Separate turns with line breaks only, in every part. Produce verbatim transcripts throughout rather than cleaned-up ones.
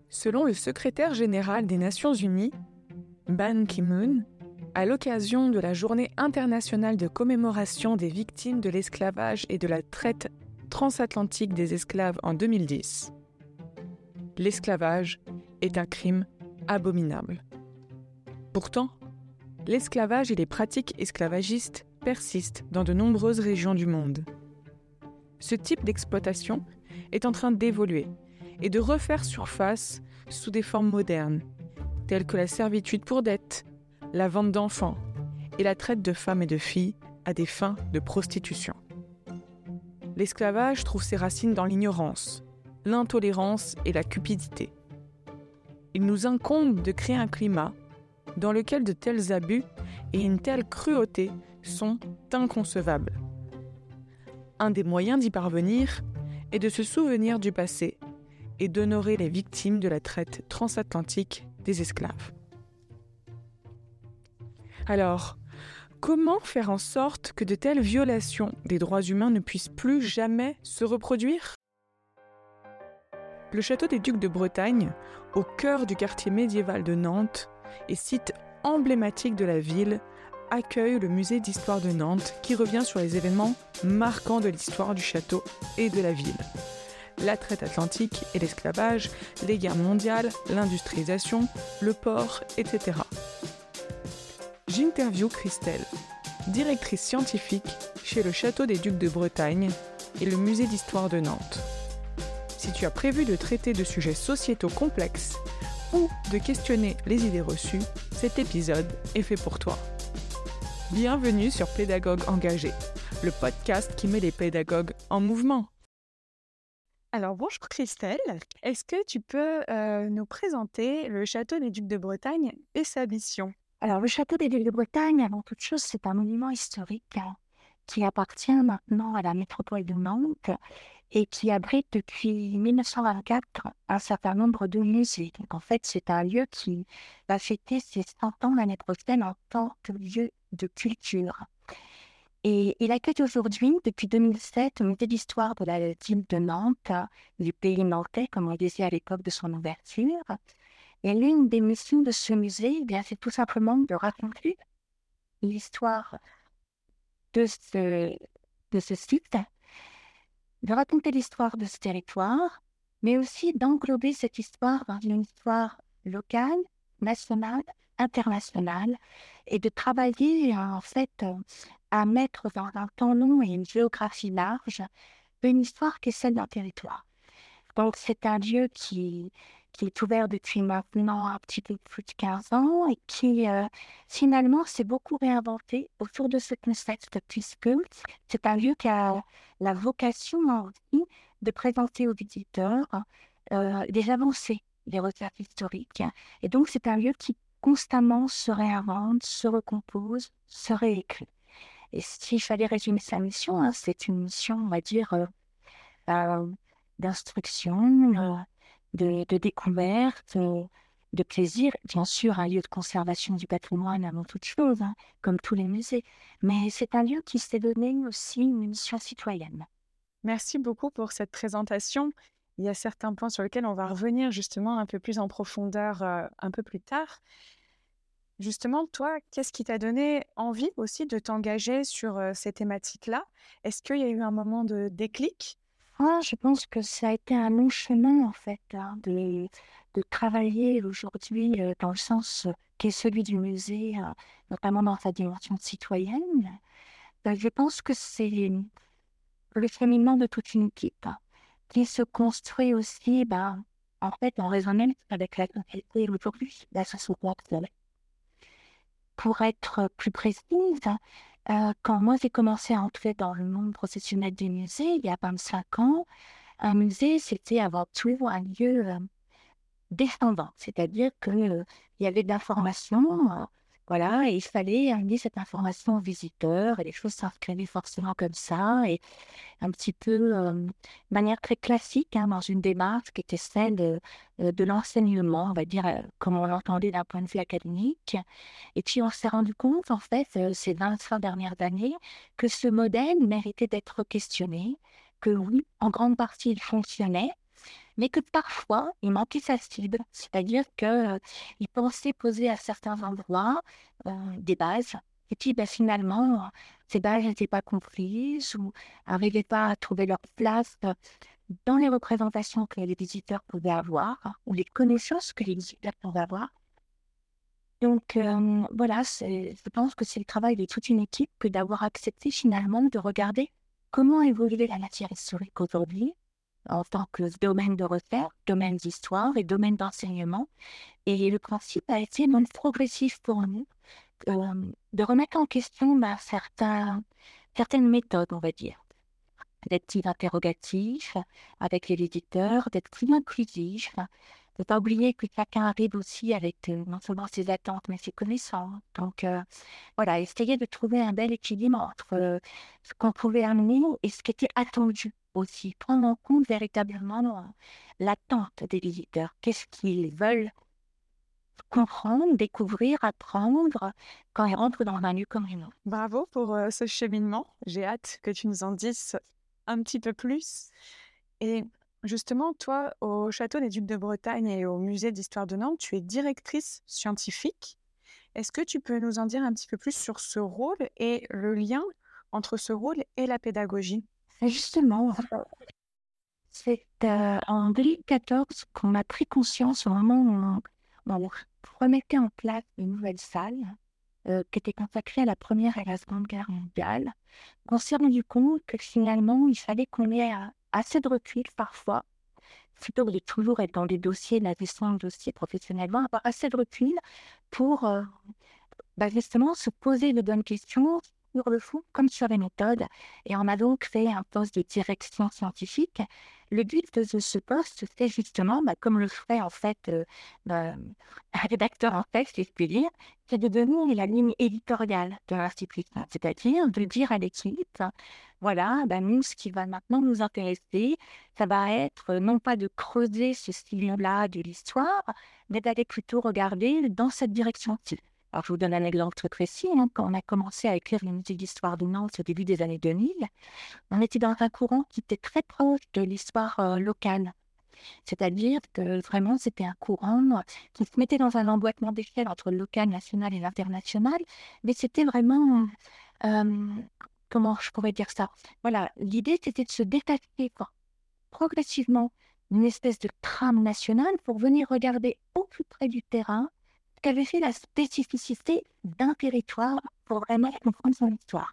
Selon le secrétaire général des Nations Unies, Ban Ki-moon, à l'occasion de la Journée internationale de commémoration des victimes de l'esclavage et de la traite transatlantique des esclaves en deux mille dix, l'esclavage est un crime abominable. Pourtant, l'esclavage et les pratiques esclavagistes persistent dans de nombreuses régions du monde. Ce type d'exploitation est en train d'évoluer et de refaire surface sous des formes modernes, telles que la servitude pour dette, la vente d'enfants et la traite de femmes et de filles à des fins de prostitution. L'esclavage trouve ses racines dans l'ignorance, l'intolérance et la cupidité. Il nous incombe de créer un climat dans lequel de tels abus et une telle cruauté sont inconcevables. Un des moyens d'y parvenir est de se souvenir du passé et d'honorer les victimes de la traite transatlantique des esclaves. Alors, comment faire en sorte que de telles violations des droits humains ne puissent plus jamais se reproduire ? Le château des Ducs de Bretagne, au cœur du quartier médiéval de Nantes et site emblématique de la ville, accueille le musée d'histoire de Nantes qui revient sur les événements marquants de l'histoire du château et de la ville. La traite atlantique et l'esclavage, les guerres mondiales, l'industrialisation, le port, et cetera. J'interviewe Christelle, directrice scientifique chez le Château des Ducs de Bretagne et le musée d'histoire de Nantes. Si tu as prévu de traiter de sujets sociétaux complexes ou de questionner les idées reçues, cet épisode est fait pour toi. Bienvenue sur Pédagogue Engagé, le podcast qui met les pédagogues en mouvement. Alors bonjour Christelle, est-ce que tu peux euh, nous présenter le Château des Ducs de Bretagne et sa mission ?
Alors le Château des Ducs de Bretagne, avant toute chose, c'est un monument historique hein, qui appartient maintenant à la métropole de Nantes et qui abrite depuis mille neuf cent vingt-quatre un certain nombre de musées. Donc en fait, c'est un lieu qui va fêter ses cent ans l'année prochaine en tant que lieu de culture. Et il accueille aujourd'hui, depuis deux mille sept, un musée d'histoire de la ville de Nantes, du pays nantais, comme on disait à l'époque de son ouverture. Et l'une des missions de ce musée, eh bien, c'est tout simplement de raconter l'histoire de ce, de ce site, de raconter l'histoire de ce territoire, mais aussi d'englober cette histoire dans une histoire locale, nationale, internationale, et de travailler en fait à mettre dans un temps long et une géographie large une histoire qui est celle d'un territoire. Donc c'est un lieu qui, qui est ouvert depuis maintenant un petit peu plus de quinze ans et qui euh, finalement s'est beaucoup réinventé autour de ce concept, puisque c'est un lieu qui a la vocation aussi de présenter aux visiteurs euh, des avancées des recherches historiques. Et donc c'est un lieu qui constamment se réinvente, se recompose, se réécrit. Et s'il fallait résumer sa mission, hein, c'est une mission, on va dire, euh, euh, d'instruction, euh, de, de découverte, euh, de plaisir. Bien sûr, un lieu de conservation du patrimoine avant toute chose, hein, comme tous les musées. Mais c'est un lieu qui s'est donné aussi une mission citoyenne.
Merci beaucoup pour cette présentation. Il y a certains points sur lesquels on va revenir justement un peu plus en profondeur euh, un peu plus tard. Justement, toi, qu'est-ce qui t'a donné envie aussi de t'engager sur euh, ces thématiques-là ? Est-ce qu'il y a eu un moment de déclic ?
Ah, je pense que ça a été un long chemin, en fait, hein, de, de travailler aujourd'hui euh, dans le sens euh, qui est celui du musée, euh, notamment dans sa dimension citoyenne. Ben, je pense que c'est le cheminement de toute une équipe hein, qui se construit aussi, ben, en fait, en résonance avec la société aujourd'hui, la société actuelle. Pour être plus précise, euh, quand moi j'ai commencé à entrer dans le monde professionnel des musées, il y a vingt-cinq ans, un musée c'était avant tout un lieu euh, descendant, c'est-à-dire qu'il euh, y avait de l'information, euh, voilà, et il fallait amener cette information aux visiteurs, et les choses s'inscrivaient forcément comme ça, et un petit peu euh, de manière très classique, hein, dans une démarche qui était celle de, de l'enseignement, on va dire, euh, comme on l'entendait d'un point de vue académique. Et puis on s'est rendu compte, en fait, euh, ces vingt-cinq dernières années, que ce modèle méritait d'être questionné, que oui, en grande partie, il fonctionnait, mais que parfois, il manquait sa cible. C'est-à-dire qu'il pensait poser à certains endroits euh, des bases, et puis ben, finalement, euh, ces bases n'étaient pas comprises ou n'arrivaient pas à trouver leur place euh, dans les représentations que les visiteurs pouvaient avoir, hein, ou les connaissances que les visiteurs pouvaient avoir. Donc euh, voilà, c'est- je pense que c'est le travail de toute une équipe que d'avoir accepté finalement de regarder comment évoluait la matière historique aujourd'hui en tant que domaine de recherche, domaine d'histoire et domaine d'enseignement. Et le principe a été même progressif pour nous, euh, de remettre en question ben, certains, certaines méthodes, on va dire, d'être plus interrogatif avec les éditeurs, d'être plus inclusif, de ne pas oublier que chacun arrive aussi avec euh, non seulement ses attentes, mais ses connaissances. Donc euh, voilà, essayer de trouver un bel équilibre entre euh, ce qu'on pouvait amener et ce qui était attendu aussi. Prendre en compte véritablement euh, l'attente des visiteurs. Qu'est-ce qu'ils veulent comprendre, découvrir, apprendre quand ils rentrent dans un lieu comme le nôtre.
Bravo pour euh, ce cheminement. J'ai hâte que tu nous en dises un petit peu plus. Et justement, toi, au Château des Ducs de Bretagne et au Musée d'Histoire de Nantes, tu es directrice scientifique. Est-ce que tu peux nous en dire un petit peu plus sur ce rôle et le lien entre ce rôle et la pédagogie?
Et justement, c'est euh, en deux mille quatorze qu'on a pris conscience au moment où on, on remettait en place une nouvelle salle euh, qui était consacrée à la Première et la Seconde Guerre mondiale. On s'est rendu compte que finalement, il fallait qu'on ait euh, assez de recul parfois, plutôt que de toujours être dans des dossiers, la gestion de dossiers professionnellement, avoir assez de recul pour euh, bah, justement se poser de bonnes questions sur le fond comme sur les méthodes. Et on a donc créé un poste de direction scientifique. Le but de ce ce poste, c'est justement, bah, comme le ferait en fait euh, euh, un rédacteur en chef, si je puis dire, c'est de donner la ligne éditoriale de l'institution, c'est-à-dire de dire à l'équipe, voilà, bah, nous, ce qui va maintenant nous intéresser, ça va être euh, non pas de creuser ce style-là de l'histoire, mais d'aller plutôt regarder dans cette direction-ci. Alors, je vous donne un exemple très précis, hein. Quand on a commencé à écrire le musée d'histoire de Nantes au début des années deux mille, on était dans un courant qui était très proche de l'histoire euh, locale. C'est-à-dire que vraiment, c'était un courant euh, qui se mettait dans un emboîtement d'échelle entre le local, national et l'international. Mais c'était vraiment, euh, comment je pourrais dire ça? Voilà, l'idée, c'était de se détacher quoi, progressivement d'une espèce de trame nationale pour venir regarder au plus près du terrain ce qu'avait fait la spécificité d'un territoire pour vraiment comprendre son histoire.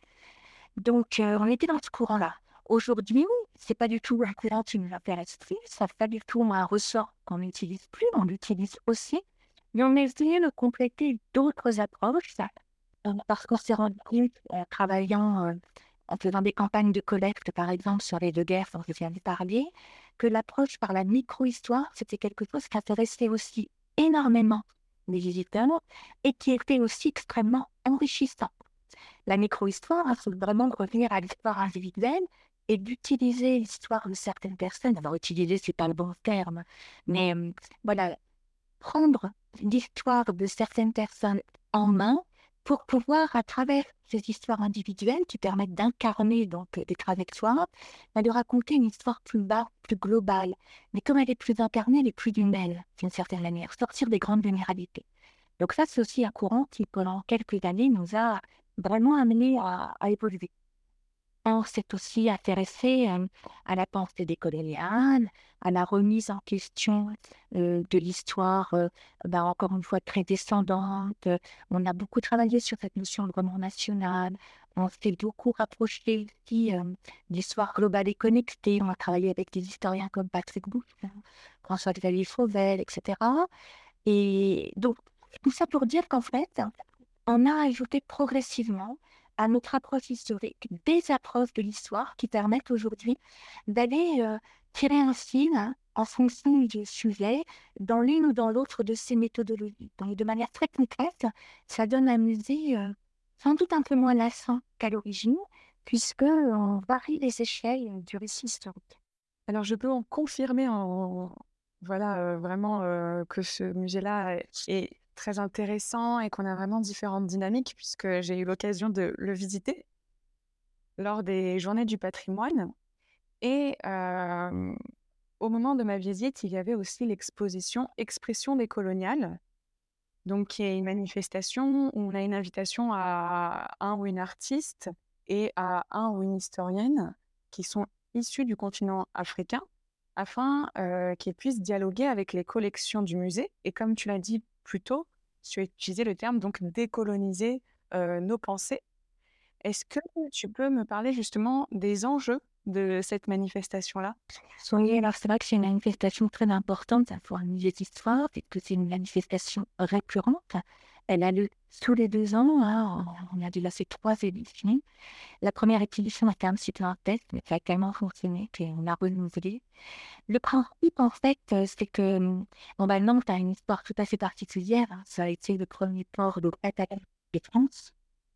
Donc, euh, on était dans ce courant-là. Aujourd'hui, c'est pas du tout un courant qui nous intéresse plus, ça fait pas du tout un ressort qu'on n'utilise plus, on l'utilise aussi, mais on a essayé de compléter d'autres approches, euh, parce qu'on s'est rendu compte, en travaillant, euh, en faisant des campagnes de collecte, par exemple, sur les deux guerres dont je viens de parler, que l'approche par la micro-histoire, c'était quelque chose qui intéressait aussi énormément les visiteurs et qui était aussi extrêmement enrichissant. La micro-histoire, il faut vraiment revenir à l'histoire individuelle et d'utiliser l'histoire de certaines personnes. Alors, utiliser, c'est pas le bon terme, mais euh, voilà, prendre l'histoire de certaines personnes en main pour pouvoir, à travers ces histoires individuelles qui permettent d'incarner donc des trajectoires, bah, de raconter une histoire plus bas, plus globale. Mais comme elle est plus incarnée, elle est plus humaine, d'une certaine manière, sortir des grandes généralités. Donc ça, c'est aussi un courant qui, pendant quelques années, nous a vraiment amené à, à évoluer. On s'est aussi intéressé euh, à la pensée des coloniales, à la remise en question euh, de l'histoire, euh, ben, encore une fois, très descendante. On a beaucoup travaillé sur cette notion de roman national. On s'est beaucoup rapproché aussi euh, d'histoire globale et connectée. On a travaillé avec des historiens comme Patrick Bouchon, François-Xavier Fauvel, et cetera. Et donc, tout ça pour dire qu'en fait, on a ajouté progressivement à notre approche historique des approches de l'histoire qui permettent aujourd'hui d'aller euh, tirer un fil hein, en fonction du sujet dans l'une ou dans l'autre de ces méthodologies. Donc, de manière très concrète, ça donne un musée euh, sans doute un peu moins lassant qu'à l'origine, puisqu'on varie les échelles du récit historique.
Alors, je peux en confirmer en, voilà, euh, vraiment euh, que ce musée-là est très intéressant et qu'on a vraiment différentes dynamiques puisque j'ai eu l'occasion de le visiter lors des Journées du patrimoine. Et euh, au moment de ma visite, il y avait aussi l'exposition Expression décoloniale, donc qui est une manifestation où on a une invitation à un ou une artiste et à un ou une historienne qui sont issus du continent africain afin euh, qu'ils puissent dialoguer avec les collections du musée. Et comme tu l'as dit plus tôt, tu as utilisé le terme donc décoloniser euh, nos pensées. Est-ce que tu peux me parler justement des enjeux de cette manifestation-là?
Oui, alors c'est vrai que c'est une manifestation très importante pour un musée d'histoire, puisque c'est une manifestation récurrente. Elle a lieu tous les deux ans, hein, on on a déjà fait trois éditions. La première édition était un petit peu un test, mais ça a tellement fonctionné qu'on a renouvelé. Le principe, en fait, euh, c'est que hum, bon, bah, Nantes a une histoire tout à fait particulière, hein. Ça a été le premier port de Catalogne de France.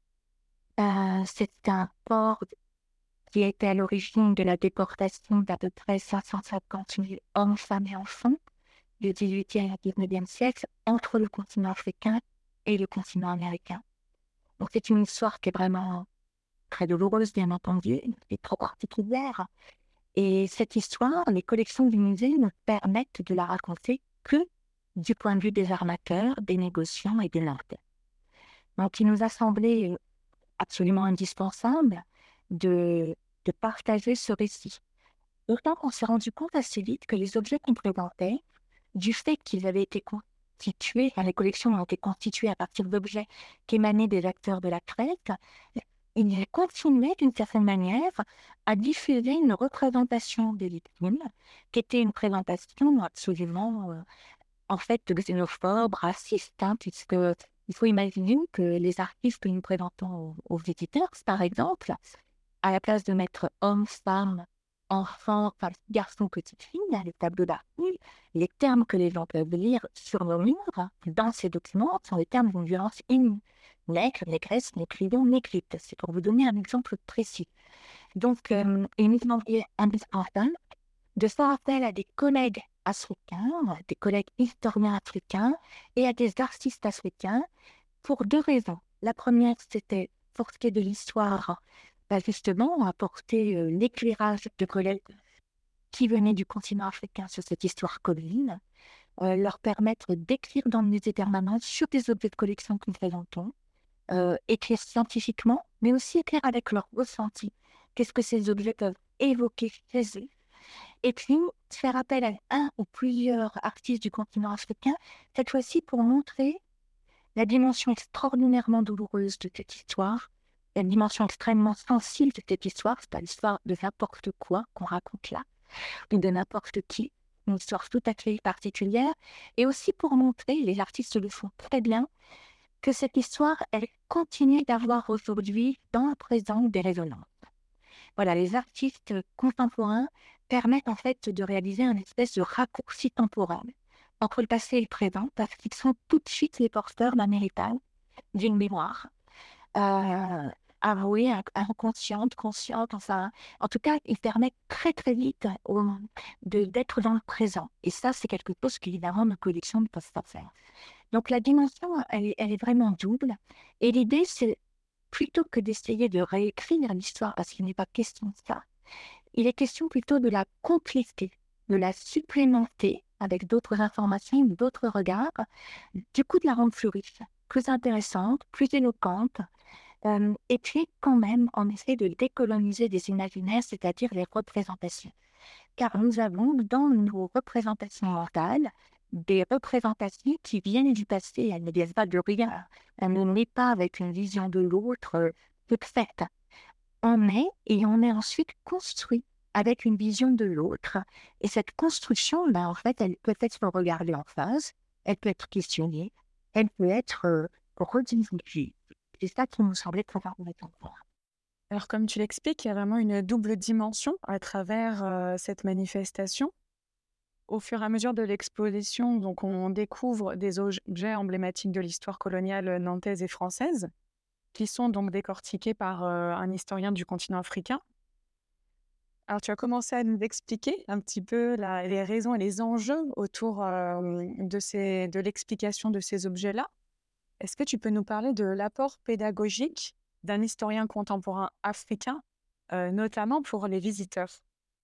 Euh, c'est un port qui a été à l'origine de la déportation d'à peu près cinq cent cinquante mille hommes, femmes et enfants du dix-huitième au dix-neuvième siècle entre le continent africain et le continent américain. Donc c'est une histoire qui est vraiment très douloureuse, bien entendu, et trop particulière. Et cette histoire, les collections du musée nous permettent de la raconter que du point de vue des armateurs, des négociants et des landes. Donc il nous a semblé euh, absolument indispensable de, de partager ce récit. D'autant qu'on s'est rendu compte assez vite que les objets qu'on présentait, du fait qu'ils avaient été constitués, enfin les collections ont été constituées à partir d'objets qui émanaient des acteurs de la traite, ils continuaient d'une certaine manière à diffuser une représentation des victimes, qui était une présentation absolument, euh, en fait, xénophobe, raciste, hein, puisque il faut imaginer que les artistes que nous présentons aux, aux visiteurs, par exemple, à la place de mettre hommes, femmes, enfants, enfin, garçons, petites filles, dans les tableaux d'archives, les termes que les gens peuvent lire sur nos murs, dans ces documents, sont les termes d'une violence inouïe. Nègre, négresse, négrion, négrite. C'est pour vous donner un exemple précis. Donc, euh, il nous semblait indispensable de faire appel à des collègues africains, des collègues historiens africains et à des artistes africains pour deux raisons. La première, c'était pour ce qui est de l'histoire, bah, justement, apporter euh, l'éclairage de collègues qui venaient du continent africain sur cette histoire commune, euh, leur permettre d'écrire dans le musée permanent sur des objets de collection que nous présentons, euh, écrire scientifiquement, mais aussi écrire avec leur ressenti. Qu'est-ce que ces objets peuvent évoquer chez eux? Et puis, faire appel à un ou plusieurs artistes du continent africain, cette fois-ci pour montrer la dimension extraordinairement douloureuse de cette histoire, la dimension extrêmement sensible de cette histoire, c'est pas l'histoire de n'importe quoi qu'on raconte là, ou de n'importe qui, une histoire tout à fait particulière, et aussi pour montrer, les artistes le font très bien, que cette histoire, elle continue d'avoir aujourd'hui, dans le présent, des résonances. Voilà, les artistes contemporains permettent en fait de réaliser un espèce de raccourci temporel entre le passé et le présent, parce qu'ils sont tout de suite les porteurs d'un héritage, d'une mémoire, euh, avouée, inc- inconsciente, consciente, enfin, en tout cas, ils permettent très très vite au- de, d'être dans le présent. Et ça, c'est quelque chose qu'évidemment nos collections ne peuvent pas faire. Donc la dimension, elle, est- elle est vraiment double. Et l'idée, c'est plutôt que d'essayer de réécrire l'histoire, parce qu'il n'est pas question de ça, il est question plutôt de la compléter, de la supplémenter avec d'autres informations, d'autres regards, du coup de la rendre plus riche, plus intéressante, plus éloquente, euh, et puis quand même on essaie de décoloniser des imaginaires, c'est-à-dire les représentations. Car nous avons dans nos représentations mentales des représentations qui viennent du passé, elles ne viennent pas de rien, elles ne naissent pas avec une vision de l'autre euh, toute faite. On est et on est ensuite construit avec une vision de l'autre. Et cette construction, ben, en fait, elle peut être regardée en face, elle peut être questionnée, elle peut être euh, redivulguée. C'est ça qui nous semblait très important.
Alors, comme tu l'expliques, il y a vraiment une double dimension à travers euh, cette manifestation. Au fur et à mesure de l'exposition, donc on découvre des objets emblématiques de l'histoire coloniale nantaise et française, qui sont donc décortiqués par euh, un historien du continent africain. Alors, tu as commencé à nous expliquer un petit peu la- les raisons et les enjeux autour euh, de, ces, de l'explication de ces objets-là. Est-ce que tu peux nous parler de l'apport pédagogique d'un historien contemporain africain, euh, notamment pour les visiteurs?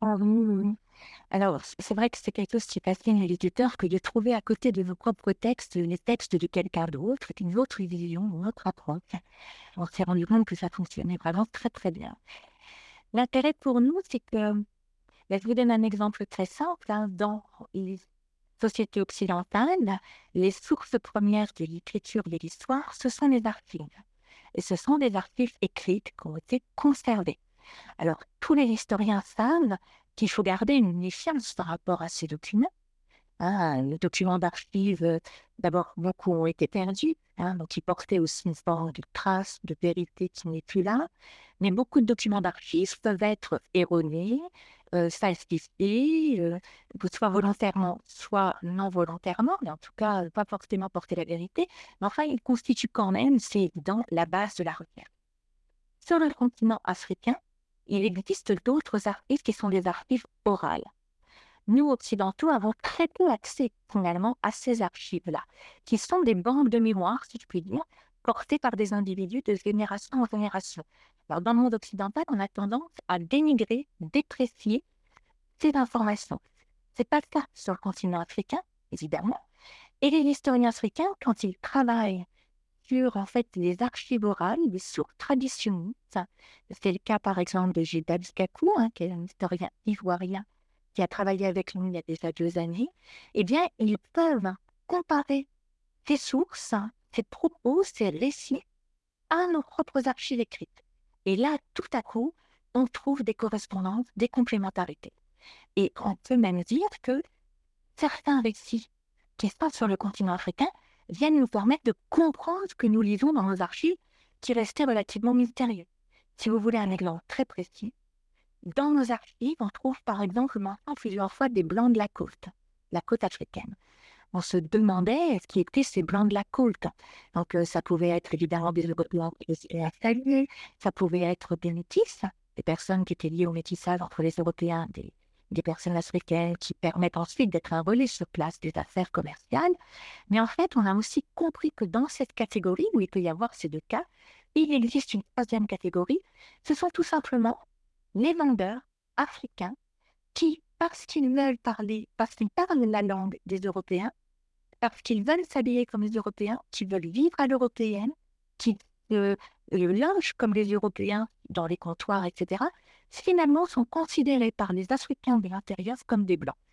Ah oui, oui, oui. Alors, c c'est vrai que c'est quelque chose qui fascine les éditeurs que de trouver à côté de vos propres textes, les textes de quelqu'un d'autre, une autre vision, une autre approche. On s'est rendu compte que ça fonctionnait vraiment très, très bien. L'intérêt pour nous, c'est que, bah, je vous donne un exemple très simple, hein. Dans les sociétés occidentales, les sources premières de l'écriture de l'histoire, ce sont les archives. Et ce sont des archives écrites qui ont été conservées. Alors, tous les historiens savent qu'il faut garder une méfiance par rapport à ces documents. Hein, les documents d'archives, euh, d'abord, beaucoup ont été perdus, hein, donc ils portaient aussi une forme de trace de vérité qui n'est plus là. Mais beaucoup de documents d'archives peuvent être erronés, euh, falsifiés, euh, soit volontairement, soit non volontairement, mais en tout cas, pas forcément porter la vérité. Mais enfin, ils constituent quand même, c'est évident, la base de la recherche. Sur le continent africain, il existe d'autres archives qui sont des archives orales. Nous, occidentaux, avons très peu accès finalement à ces archives-là, qui sont des banques de mémoire, si je puis dire, portées par des individus de génération en génération. Alors, dans le monde occidental, on a tendance à dénigrer, déprécier ces informations. Ce n'est pas le cas sur le continent africain, évidemment. Et les historiens africains, quand ils travaillent sur en fait les archives orales, les sources traditionnelles. Ça, c'est le cas par exemple de Gilles Kakou, hein, qui est un historien ivoirien qui a travaillé avec nous il y a déjà deux années. Eh bien, ils peuvent comparer ces sources, hein, ces propos, ces récits à nos propres archives écrites. Et là, tout à coup, on trouve des correspondances, des complémentarités. Et on peut même dire que certains récits qui se passent sur le continent africain viennent nous permettre de comprendre ce que nous lisons dans nos archives qui restaient relativement mystérieux. Si vous voulez un exemple très précis, dans nos archives, on trouve par exemple maintenant plusieurs fois des blancs de la côte, la côte africaine. On se demandait ce qui étaient ces blancs de la côte. Donc euh, ça pouvait être évidemment des Européens qui étaient installés, ça pouvait être des métis, des personnes qui étaient liées au métissage entre les Européens, des, des personnes africaines qui permettent ensuite d'être un relais sur place des affaires commerciales. Mais en fait, on a aussi compris que dans cette catégorie, où il peut y avoir ces deux cas, il existe une troisième catégorie. Ce sont tout simplement les vendeurs africains qui, parce qu'ils veulent parler, parce qu'ils parlent la langue des Européens, parce qu'ils veulent s'habiller comme les Européens, qui veulent vivre à l'européenne, qui euh, euh, logent comme les Européens dans les comptoirs, et cetera, finalement sont considérés par les Africains de l'intérieur comme des Blancs.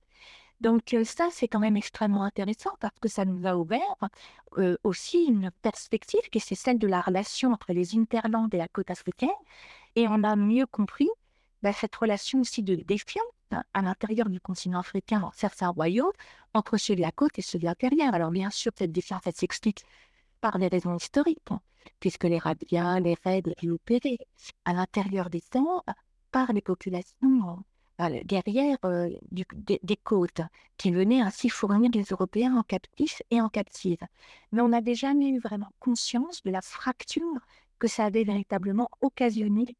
Donc euh, ça, c'est quand même extrêmement intéressant parce que ça nous a ouvert euh, aussi une perspective qui c'est celle de la relation entre les interlandes et la côte africaine. Et on a mieux compris bah, cette relation aussi de défiance hein, à l'intérieur du continent africain dans certains royaumes entre ceux de la côte et ceux de l'intérieur. Alors bien sûr, cette défiance, elle s'explique par des raisons historiques, hein, puisque les rabbins, les raids étaient opérés à l'intérieur des temps par les populations euh, guerrières euh, du- des, des côtes, qui venaient ainsi fournir les Européens en captifs et en captives. Mais on n'avait jamais eu vraiment conscience de la fracture que ça avait véritablement occasionné,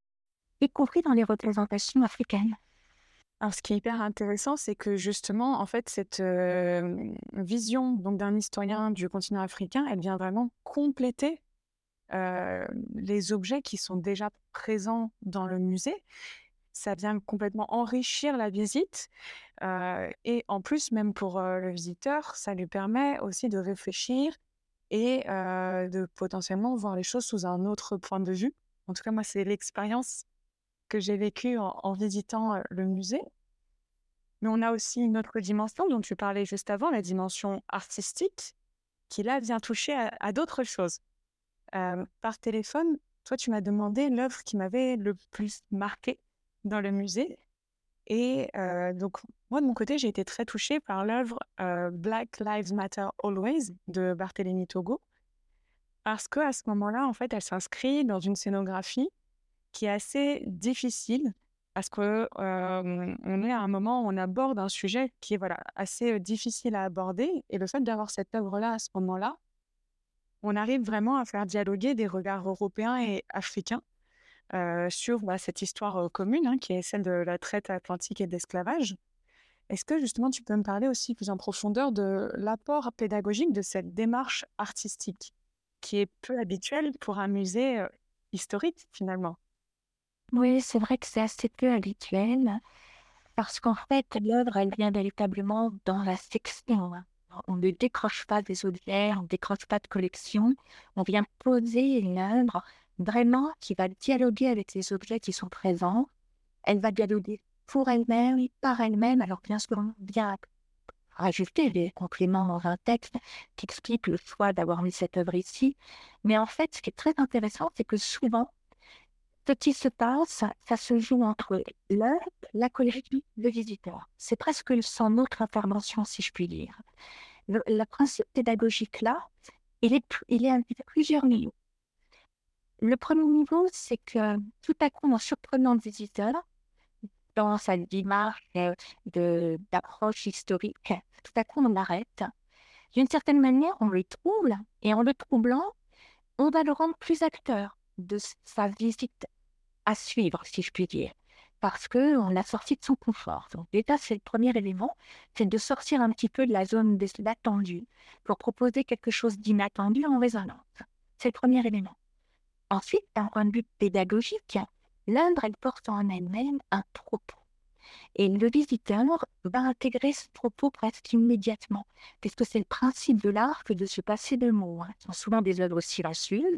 y compris dans les représentations africaines.
Alors, ce qui est hyper intéressant, c'est que justement, en fait, cette euh, vision donc d'un historien du continent africain, elle vient vraiment compléter euh, les objets qui sont déjà présents dans le musée. Ça vient complètement enrichir la visite. euh, et en plus, même pour euh, le visiteur, ça lui permet aussi de réfléchir et euh, de potentiellement voir les choses sous un autre point de vue. En tout cas, moi, c'est l'expérience que j'ai vécue en, en visitant euh, le musée. Mais on a aussi une autre dimension dont tu parlais juste avant, la dimension artistique, qui là vient toucher à, à d'autres choses. Euh, par téléphone, toi, tu m'as demandé l'œuvre qui m'avait le plus marqué dans le musée. Et euh, donc, moi, de mon côté, j'ai été très touchée par l'œuvre euh, Black Lives Matter Always de Barthélemy Togo, parce qu'à ce moment-là, en fait, elle s'inscrit dans une scénographie qui est assez difficile, parce que euh, on est à un moment où on aborde un sujet qui est voilà, assez euh, difficile à aborder. Et le fait d'avoir cette œuvre-là à ce moment-là, on arrive vraiment à faire dialoguer des regards européens et africains euh, sur bah, cette histoire euh, commune, hein, qui est celle de la traite atlantique et de l'esclavage. Est-ce que justement tu peux me parler aussi plus en profondeur de l'apport pédagogique de cette démarche artistique, qui est peu habituelle pour un musée euh, historique finalement?
Oui, c'est vrai que c'est assez peu habituel parce qu'en fait, l'œuvre, elle vient véritablement dans la section, hein. On ne décroche pas des objets, on ne décroche pas de collection. On vient poser une œuvre vraiment qui va dialoguer avec les objets qui sont présents. Elle va dialoguer pour elle-même, par elle-même. Alors bien sûr, on vient rajouter des compléments dans un texte qui explique le choix d'avoir mis cette œuvre ici. Mais en fait, ce qui est très intéressant, c'est que souvent, ce qui se passe, ça se joue entre l'œuvre, la collection, le visiteur. C'est presque sans autre intervention, si je puis dire. Le, le principe pédagogique là, il est, il est à plusieurs niveaux. Le premier niveau, c'est que tout à coup, en surprenant le visiteur, dans sa démarche euh, de, d'approche historique, tout à coup, on l'arrête. D'une certaine manière, on le trouble, et en le troublant, on va le rendre plus acteur de sa visite à suivre, si je puis dire, parce qu'on l'a sorti de son confort. Donc déjà, c'est le premier élément, c'est de sortir un petit peu de la zone de l'attendu pour proposer quelque chose d'inattendu en résonance. C'est le premier élément. Ensuite, d'un point de vue pédagogique, l'œuvre, elle porte en elle-même un propos. Et le visiteur va intégrer ce propos presque immédiatement, puisque c'est le principe de l'art que de se passer de mots, hein. Ce sont souvent des œuvres silencieuses.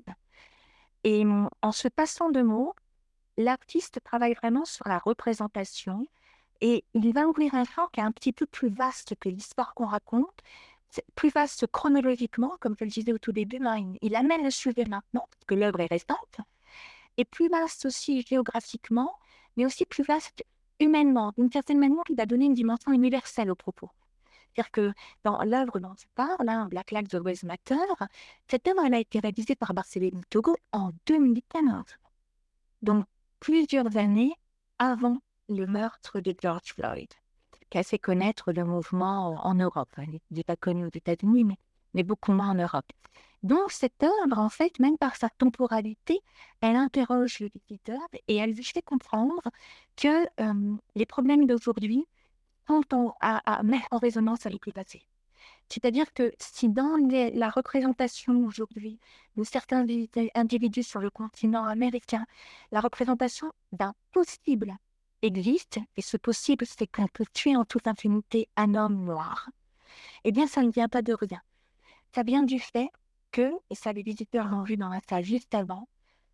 Et en se passant de mots, l'artiste travaille vraiment sur la représentation et il va ouvrir un champ qui est un petit peu plus vaste que l'histoire qu'on raconte, c'est plus vaste chronologiquement, comme je le disais au tout début, hein, il, il amène le sujet maintenant, parce que l'œuvre est récente, et plus vaste aussi géographiquement, mais aussi plus vaste humainement. D'une certaine manière, il va donner une dimension universelle au propos. C'est-à-dire que dans l'œuvre dont je parle, hein, Black Lives Always Matter, cette œuvre elle a été réalisée par Barthélémy Togo en deux mille quinze. Donc, plusieurs années avant le meurtre de George Floyd, qui a fait connaître le mouvement en Europe. Il n'est pas connu aux États-Unis, mais, mais beaucoup moins en Europe. Donc, cette œuvre, en fait, même par sa temporalité, elle interroge le visiteur et elle lui fait comprendre que euh, les problèmes d'aujourd'hui sont en- à, à mettre en résonance avec le passé. C'est-à-dire que si dans les- la représentation aujourd'hui de certains indi- individus sur le continent américain, la représentation d'un possible existe, et ce possible, c'est qu'on peut tuer en toute impunité un homme noir, eh bien, ça ne vient pas de rien. Ça vient du fait que, et ça les visiteurs l'ont vu dans la salle juste avant,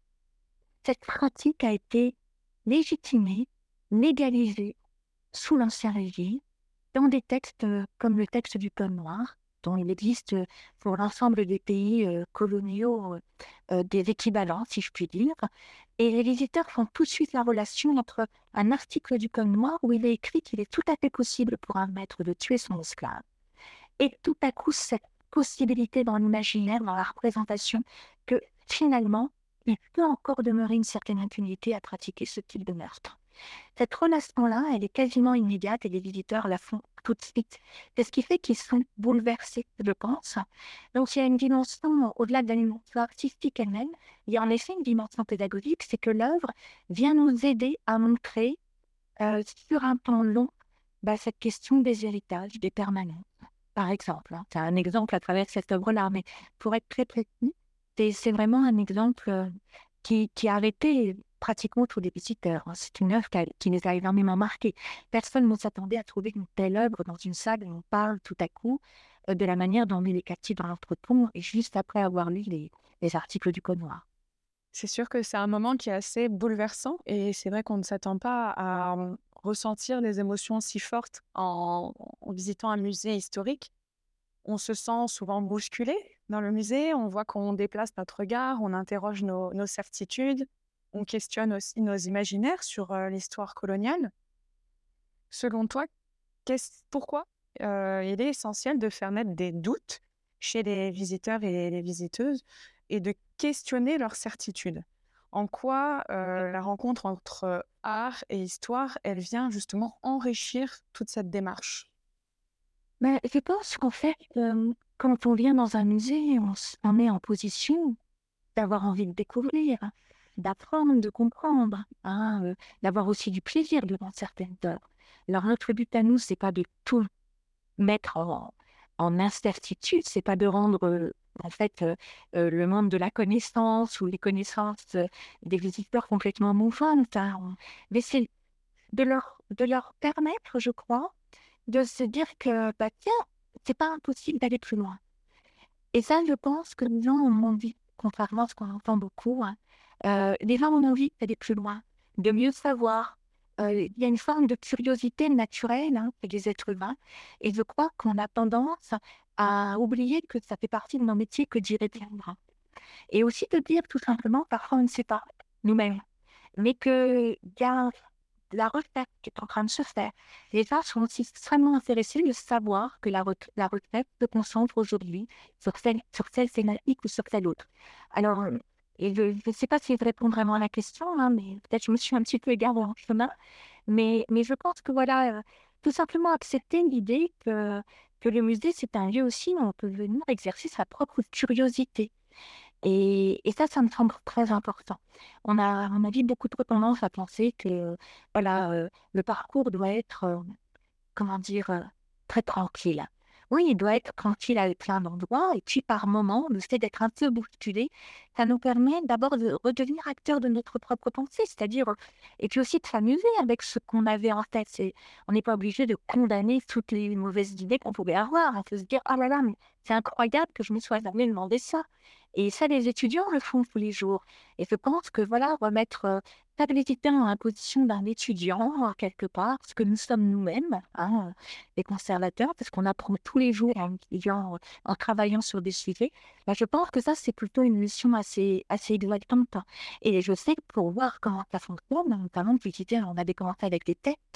cette pratique a été légitimée, légalisée sous l'Ancien Régime, dans des textes euh, comme le texte du Code noir, dont il existe euh, pour l'ensemble des pays euh, coloniaux euh, euh, des équivalents, si je puis dire. Et les visiteurs font tout de suite la relation entre un article du Code noir où il est écrit qu'il est tout à fait possible pour un maître de tuer son esclave. Et tout à coup, cette possibilité dans l'imaginaire, dans la représentation, que finalement, il peut encore demeurer une certaine impunité à pratiquer ce type de meurtre. Cette relation-là, elle est quasiment immédiate et les visiteurs la font tout de suite. C'est ce qui fait qu'ils sont bouleversés, je pense. Donc, il y a une dimension, au-delà de la dimension artistique elle-même, il y a en effet une dimension pédagogique, c'est que l'œuvre vient nous aider à montrer euh, sur un temps long bah, cette question des héritages, des permanents, par exemple, hein. C'est un exemple à travers cette œuvre-là, mais pour être très précis, c'est, c'est vraiment un exemple euh, qui, qui a arrêté pratiquement tous les visiteurs, hein. C'est une œuvre qui, a- qui les a énormément marqués. Personne ne s'attendait à trouver une telle œuvre dans une salle où on parle tout à coup euh, de la manière dont on met les captifs dans l'entrepôt et juste après avoir lu les, les articles du Code noir.
C'est sûr que c'est un moment qui est assez bouleversant et c'est vrai qu'on ne s'attend pas à euh, ressentir des émotions si fortes en, en visitant un musée historique. On se sent souvent bousculé dans le musée, on voit qu'on déplace notre regard, on interroge nos, nos certitudes, on questionne aussi nos imaginaires sur euh, l'histoire coloniale. Selon toi, qu'est-ce- pourquoi euh, il est essentiel de faire naître des doutes chez les visiteurs et les visiteuses et de questionner leurs certitudes? En quoi euh, la rencontre entre art et histoire, elle vient justement enrichir toute cette démarche?
Mais je pense qu'en fait, euh, quand on vient dans un musée, on, s- on est en position d'avoir envie de découvrir, d'apprendre, de comprendre, hein, euh, d'avoir aussi du plaisir devant certaines œuvres. Alors notre but à nous, c'est pas de tout mettre en, en incertitude, c'est pas de rendre euh, en fait, heu heu, le monde de la connaissance ou les connaissances, heu, des visiteurs complètement mouvantes, hein, on mais c'est de leur de leur permettre, je crois, de se dire que, bah, tiens, c'est pas impossible d'aller plus loin. Et ça, je pense que les gens ont envie, contrairement à ce qu'on entend beaucoup, hein, heu, les gens ont envie d'aller plus loin, de mieux savoir. Heu, il y a une forme de curiosité naturelle, hein, chez les êtres humains et je crois qu'on a tendance à oublier que ça fait partie de nos métiers que d'y répondre et aussi de dire tout simplement, parfois on ne sait pas nous-mêmes, mais qu'il y a la recherche qui est en train de se faire. Les gens sont aussi extrêmement intéressés de savoir que la, ret- la recherche se concentre aujourd'hui sur celle, sur celle thématique ou sur celle autre. Alors, euh, et je ne sais pas si je réponds vraiment à la question, hein, mais peut-être je me suis un petit peu égarée en chemin, mais, mais je pense que voilà, euh, tout simplement accepter l'idée que, que le musée, c'est un lieu aussi où on peut venir exercer sa propre curiosité. Et et ça, ça me semble très important. On a on a vite beaucoup trop tendance à penser que, voilà, heu, le parcours doit être, heu, comment dire? Heu, très tranquille. Oui, il doit être tranquille avec plein d'endroits et puis par moments, le fait d'être un peu bousculé, ça nous permet d'abord de redevenir acteurs de notre propre pensée, c'est-à-dire, heu et puis aussi de s'amuser avec ce qu'on avait en tête. C'est on n'est pas obligé de condamner toutes les mauvaises idées qu'on pouvait avoir. On peut se dire: «Ah là là, mais c'est incroyable que je me sois jamais demandé ça» et ça, les étudiants le font tous les jours et je pense que voilà, remettre, heu, chaque visiteur dans la position d'un étudiant, heu, quelque part, ce que nous sommes nous-mêmes, hein, les conservateurs, parce qu'on apprend tous les jours en étudiant, heu, en travaillant sur des sujets, bah, je pense que ça, c'est plutôt une mission assez assez exaltante et je sais que pour voir comment ça fonctionne, notamment de visiter on avait commencé avec des têtes.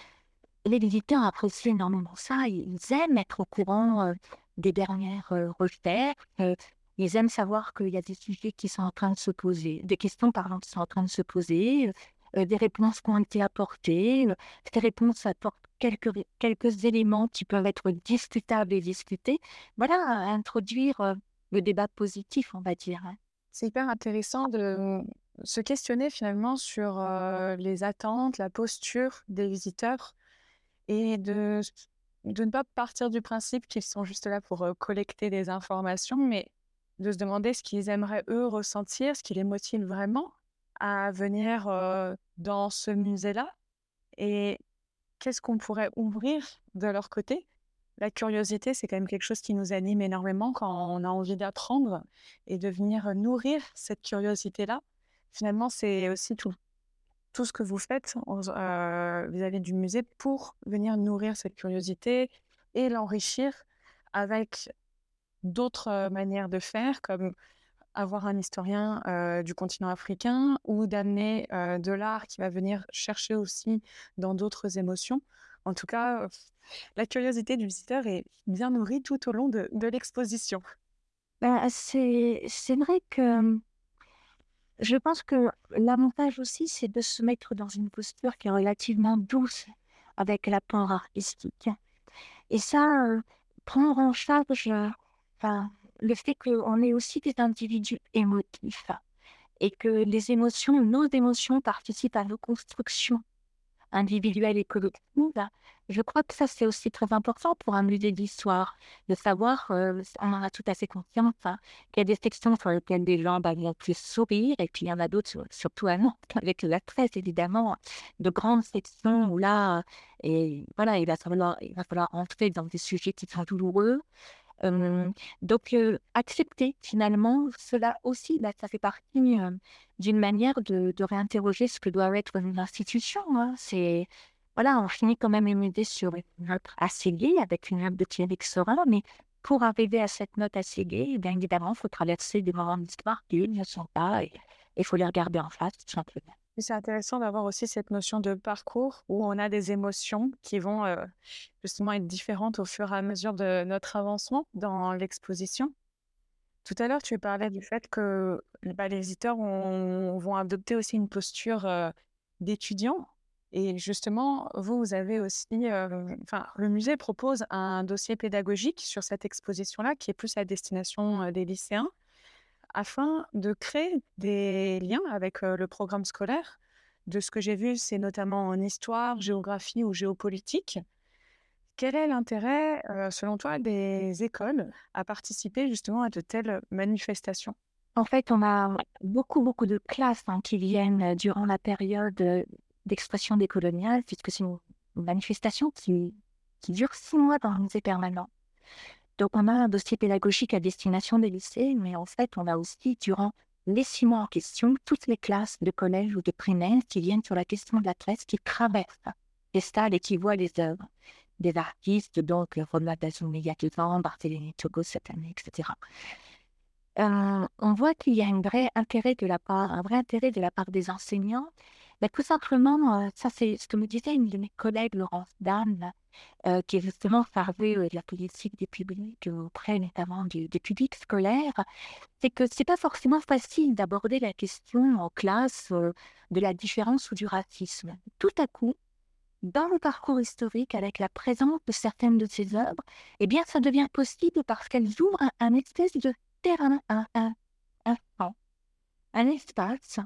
Les visiteurs apprécient énormément ça. Ils aiment être au courant, heu, des dernières, heu, recherches, heu, ils aiment savoir qu'il y a des sujets qui sont en train de se poser des questions pardon, qui sont en train de se poser, heu heu, des réponses qui ont été apportées, heu, ces réponses apportent quelques ré quelques éléments qui peuvent être discutables et discutés. Voilà, introduire, heu, le débat positif, on va dire, hein.
C'est hyper intéressant de mmh, se questionner finalement sur, heu, les attentes, la posture des visiteurs et de s de ne pas partir du principe qu'ils sont juste là pour, heu, collecter des informations, mais de se demander ce qu'ils aimeraient eux ressentir, ce qui les motive vraiment à venir, heu, dans ce musée-là et qu'est-ce qu'on pourrait ouvrir de leur côté? La curiosité, c'est quand même quelque chose qui nous anime énormément quand on a envie d'apprendre et de venir nourrir cette curiosité-là. Finalement, c'est aussi tout, tout ce que vous faites en- euh, vis-à-vis du musée pour venir nourrir cette curiosité et l'enrichir avec d'autres euh, manières de faire, comme avoir un historien euh, du continent africain ou d'amener euh, de l'art qui va venir chercher aussi dans d'autres émotions. En tout cas, euh, la curiosité du visiteur est bien nourrie tout au long de, de l'exposition.
Bah, c'est c'est vrai que, hem, je pense que l'avantage aussi, c'est de se mettre dans une posture qui est relativement douce avec l'apport artistique. Et ça, heu, prendre en charge, heu, enfin, le fait qu'on est aussi des individus émotifs et que les émotions, nos émotions participent à nos constructions individuelles et collectives. Je crois que ça, c'est aussi très important pour un musée d'histoire, de savoir, heu, on en a tout à fait conscience, hein, qu'il y a des sections sur lesquelles les gens, bah, vont plus sourire et puis il y en a d'autres, sur surtout à Nantes, avec la presse évidemment, de grandes sections où là, et voilà, il va falloir il va falloir entrer dans des sujets qui sont douloureux. Hem, donc heu, accepter finalement cela aussi, bah, ça fait partie, heu, d'une manière de de réinterroger ce que doit être une institution, hein. C'est voilà, on finit quand même émudé sur une note assez gaie avec une note de Thierry Xorin, mais pour arriver à cette note assez gaie, eh bien évidemment, il faut traverser des moments d'histoire qui, ne sont pas et il faut les regarder en face tout simplement.
Et c'est intéressant d'avoir aussi cette notion de parcours où on a des émotions qui vont euh, justement être différentes au fur et à mesure de notre avancement dans l'exposition. Tout à l'heure, tu parlais du fait que bah, les visiteurs ont- vont adopter aussi une posture euh, d'étudiant. Et justement, vous, vous avez aussi, euh, enfin, le musée propose un dossier pédagogique sur cette exposition-là qui est plus à destination euh, des lycéens afin de créer des liens avec euh, le programme scolaire. De ce que j'ai vu, c'est notamment en histoire, géographie ou géopolitique. Quel est l'intérêt, heu, selon toi, des écoles à participer justement à de telles manifestations?
En fait, on a beaucoup, beaucoup de classes, hein, qui viennent, heu, durant la période, heu, d'expression décoloniale, puisque c'est une une manifestation qui qui dure six mois dans un musée permanent. Donc on a un dossier pédagogique à destination des lycées, mais en fait, on a aussi, durant les six mois en question, toutes les classes de collège ou de primaire qui viennent sur la question de la Grèce, qui traversent les stades et qui voient les œuvres des artistes, donc, heu, Roma Dazoum il y a deux ans, Barthélémy Togo cette année, et cetera. Heu, on voit qu'il y a un vrai intérêt de la part un vrai intérêt de la part des enseignants. Bah, tout simplement, heu, ça c'est ce que me disait une de mes collègues, Laurence Dan, heu, qui est justement chargée, heu, de la politique des publics, heu, auprès notamment du des publics scolaires. C'est que c'est pas forcément facile d'aborder la question en classe, heu, de la différence ou du racisme. Tout à coup, dans le parcours historique, avec la présence de certaines de ces œuvres, eh bien, ça devient possible parce qu'elles ouvrent un un espèce de terrain, un un un champ, un espace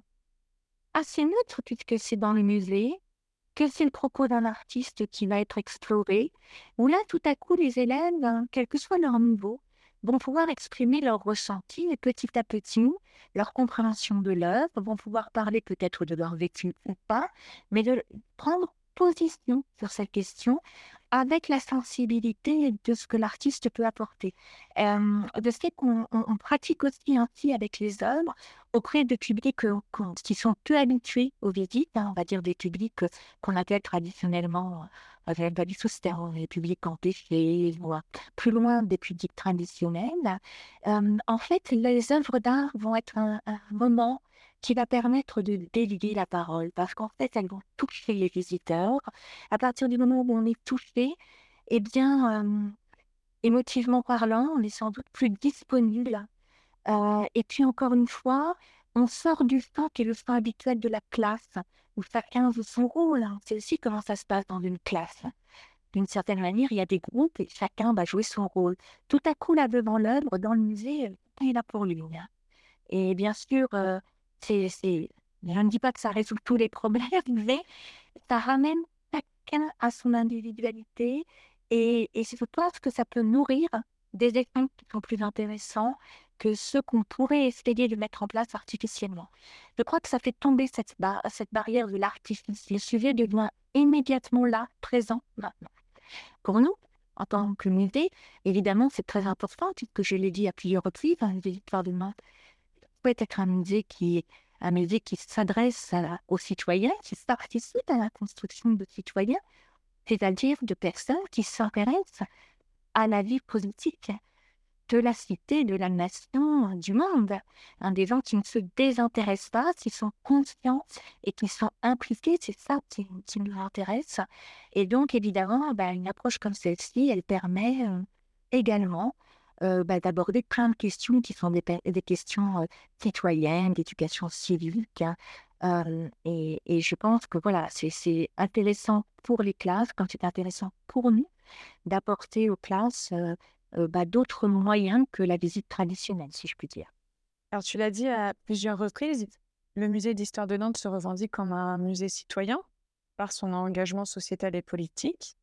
assez neutre puisque c'est dans le musée, que c'est le propos d'un artiste qui va être exploré, où là, tout à coup, les élèves, hein, quel que soit leur niveau, vont pouvoir exprimer leurs ressentis et petit à petit, leur compréhension de l'œuvre, vont pouvoir parler peut-être de leur vécu ou pas, mais de prendre position sur cette question avec la sensibilité de ce que l'artiste peut apporter. Hem, je sais qu'on on on pratique aussi ainsi avec les œuvres auprès de publics, heu, qu'on qui sont peu habitués aux visites, hein, on va dire des publics, heu, qu'on appelle traditionnellement, heu, j'aime pas du tout ce terme, les publics empêchés ou, heu, plus loin des publics traditionnels. Hem, en fait, les œuvres d'art vont être un un moment qui va permettre de délier la parole parce qu'en fait, elles vont toucher les visiteurs. À partir du moment où on est touché, eh bien, hem, émotivement parlant, on est sans doute plus disponible. Heu et puis encore une fois, on sort du champ qui est le champ habituel de la classe, où chacun joue son rôle, hein. C'est aussi comment ça se passe dans une classe. D'une certaine manière, il y a des groupes et chacun va jouer son rôle. Tout à coup, là, devant l'œuvre, dans le musée, heu, chacun est là pour lui, hein. Et bien sûr, heu, c'est c'est je ne dis pas que ça résout tous les problèmes, mais ça ramène chacun à son individualité et et je pense que ça peut nourrir des échanges qui sont plus intéressants que ceux qu'on pourrait essayer de mettre en place artificiellement. Je crois que ça fait tomber cette ba cette barrière de l'artifice. Le sujet devient immédiatement là, présent, maintenant. Pour nous, en tant que musée, évidemment, c'est très important puisque je l'ai dit à plusieurs reprises, hein, les histoires de main peut être un musée qui est un musée qui s'adresse à aux citoyens, qui participe à la construction de citoyens, c'est-à-dire de personnes qui s'intéressent à la vie politique de la cité, de la nation, du monde. Hein, des gens qui ne se désintéressent pas, qui sont conscients et qui sont impliqués, c'est ça qui qui nous intéresse et donc évidemment, bah, une approche comme celle-ci, elle permet, heu, également, heu, bah, d'aborder plein de questions qui sont des pe des questions, heu, citoyennes, d'éducation civique, hein, hem et et je pense que voilà, c'est c'est intéressant pour les classes, comme c'est intéressant pour nous d'apporter aux classes, heu heu, bah, d'autres moyens que la visite traditionnelle, si je puis dire.
Alors tu l'as dit à plusieurs reprises, le musée d'histoire de Nantes se revendique comme un musée citoyen par son engagement sociétal et politique.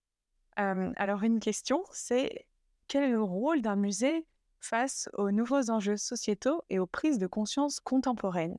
Hem, alors une question, c'est quel est le rôle d'un musée face aux nouveaux enjeux sociétaux et aux prises de conscience contemporaines?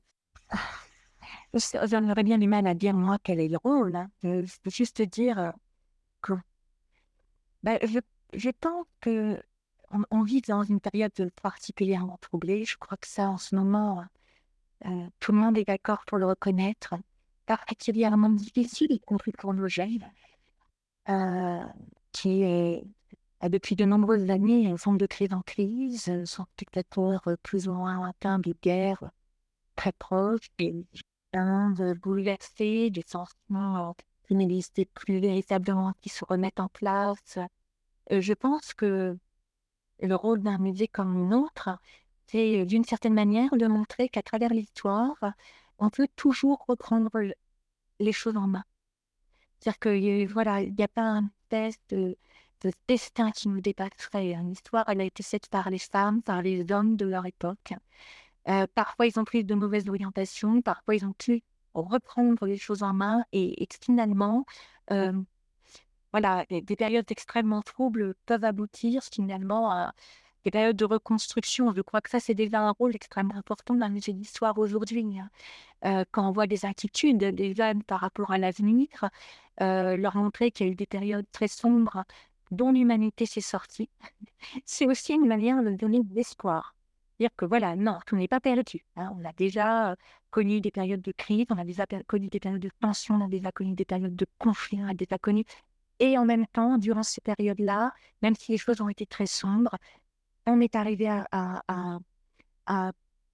Parce j'en aurais bien du mal à dire moi quel est le rôle, hein. Heu, je peux juste dire, heu, que, bah, je je pense qu'on on vit dans une période particulièrement troublée. Je crois que ça en ce moment, heu, tout le monde est d'accord pour le reconnaître, particulièrement difficile, y compris pour nos jeunes, heu, qui est Heu, depuis de nombreuses années, elles sont de crise en crise, heu, sont spectateurs, heu, plus ou moins lointains de guerres très proches, des Indes bouleversées, des sentiments, heu, qui n'existaient plus véritablement, qui se remettent en place. Heu, je pense que le rôle d'un musée comme le nôtre, c'est, heu, d'une certaine manière, de montrer qu'à travers l'histoire, on peut toujours reprendre l les choses en main. C'est-à-dire que, heu, voilà, il y a pas un espèce de de destin qui nous dépasserait, hein. L'histoire, elle a été faite par les femmes, par les hommes de leur époque. Heu, parfois, ils ont pris de mauvaises orientations, parfois, ils ont pu reprendre les choses en main et et finalement, hem, voilà, des, des périodes extrêmement troubles peuvent aboutir finalement à des périodes de reconstruction. Je crois que ça, c'est déjà un rôle extrêmement important dans le musée d'histoire aujourd'hui, hein. Euh, quand on voit des inquiétudes des jeunes par rapport à l'avenir, euh, leur montrer qu'il y a eu des périodes très sombres dont l'humanité s'est sortie, c'est aussi une manière de donner de l'espoir. Dire que voilà, non, tout n'est pas perdu, hein. On a déjà euh, connu des périodes de crise, on a déjà per- connu des périodes de tension, on a déjà connu des périodes de conflit, on a déjà connu. Et en même temps, durant ces périodes-là, même si les choses ont été très sombres, on est arrivé à, à, à, à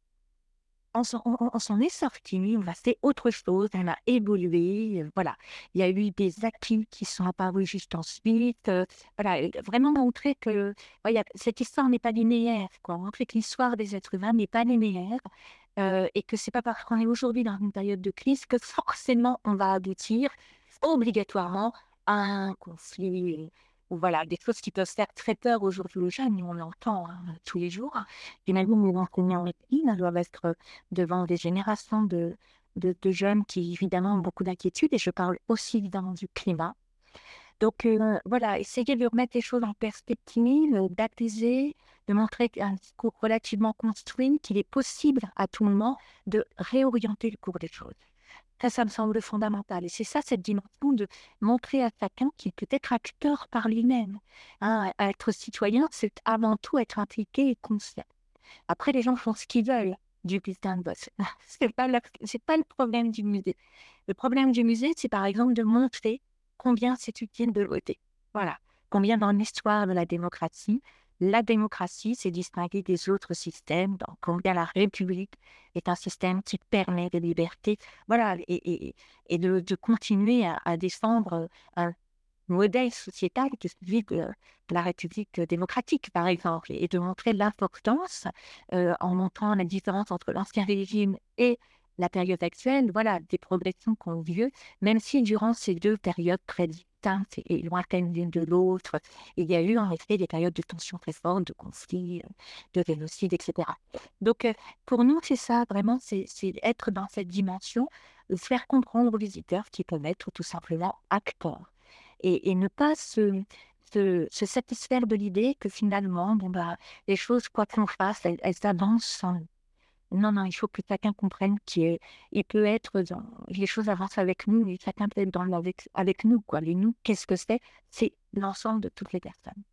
on s'en on- on s'en est sorti, on a fait autre chose, on a évolué, euh, voilà. Il y a eu des acquis qui sont apparus juste ensuite. Euh, voilà, et vraiment montrer que ouais, il y a- cette histoire n'est pas linéaire, quoi. Montrer que l'histoire des êtres humains n'est pas linéaire, euh, et que c'est pas parce qu'on est aujourd'hui dans une période de crise que forcément on va aboutir obligatoirement à un conflit, ou voilà, des choses qui peuvent faire très peur aujourd'hui aux jeunes, on l'entend, hein, tous les jours. J'imagine les enseignants aussi là, doivent être devant des générations de, de, de jeunes qui, évidemment, ont beaucoup d'inquiétudes, et je parle aussi évidemment du climat. Donc, euh, voilà, essayer de remettre les choses en perspective, euh, d'apaiser, de montrer un discours relativement construit, qu'il est possible à tout moment de réorienter le cours des choses. Ça, ça me semble fondamental. Et c'est ça, cette dimension de montrer à chacun qu'il peut être acteur par lui-même, hein. Être citoyen, c'est avant tout être impliqué et conscient. Après, les gens font ce qu'ils veulent du bulletin de vote. C'est pas le, c'est pas le problème du musée. Le problème du musée, c'est par exemple de montrer combien c'est utile de voter. Voilà. Combien dans l'histoire de la démocratie, la démocratie s'est distinguée des autres systèmes, donc combien la République est un système qui permet des libertés. Voilà. Et, et, et de, de continuer à, à défendre un modèle sociétal que celui de la République démocratique, par exemple, et de montrer l'importance, euh, en montrant la différence entre l'ancien régime et la période actuelle, voilà, des progressions qu'on a vues, même si durant ces deux périodes très distinctes et lointaines l'une de l'autre, il y a eu en effet des périodes de tensions très fortes, de conflits, de génocide, et cetera. Donc, euh, pour nous, c'est ça, vraiment, c'est c'est être dans cette dimension, euh, faire comprendre aux visiteurs qu'ils peuvent être tout simplement acteurs et, et ne pas se, se, se satisfaire de l'idée que finalement, bon bah, les choses, quoi qu'on fasse, elles, elles avancent sans nous. Non, non, il faut que chacun comprenne qu'il il peut être dans, les choses avancent avec nous, et chacun peut être dans le- avec, avec nous, quoi. Les nous, qu'est-ce que c'est? C'est l'ensemble de toutes les personnes.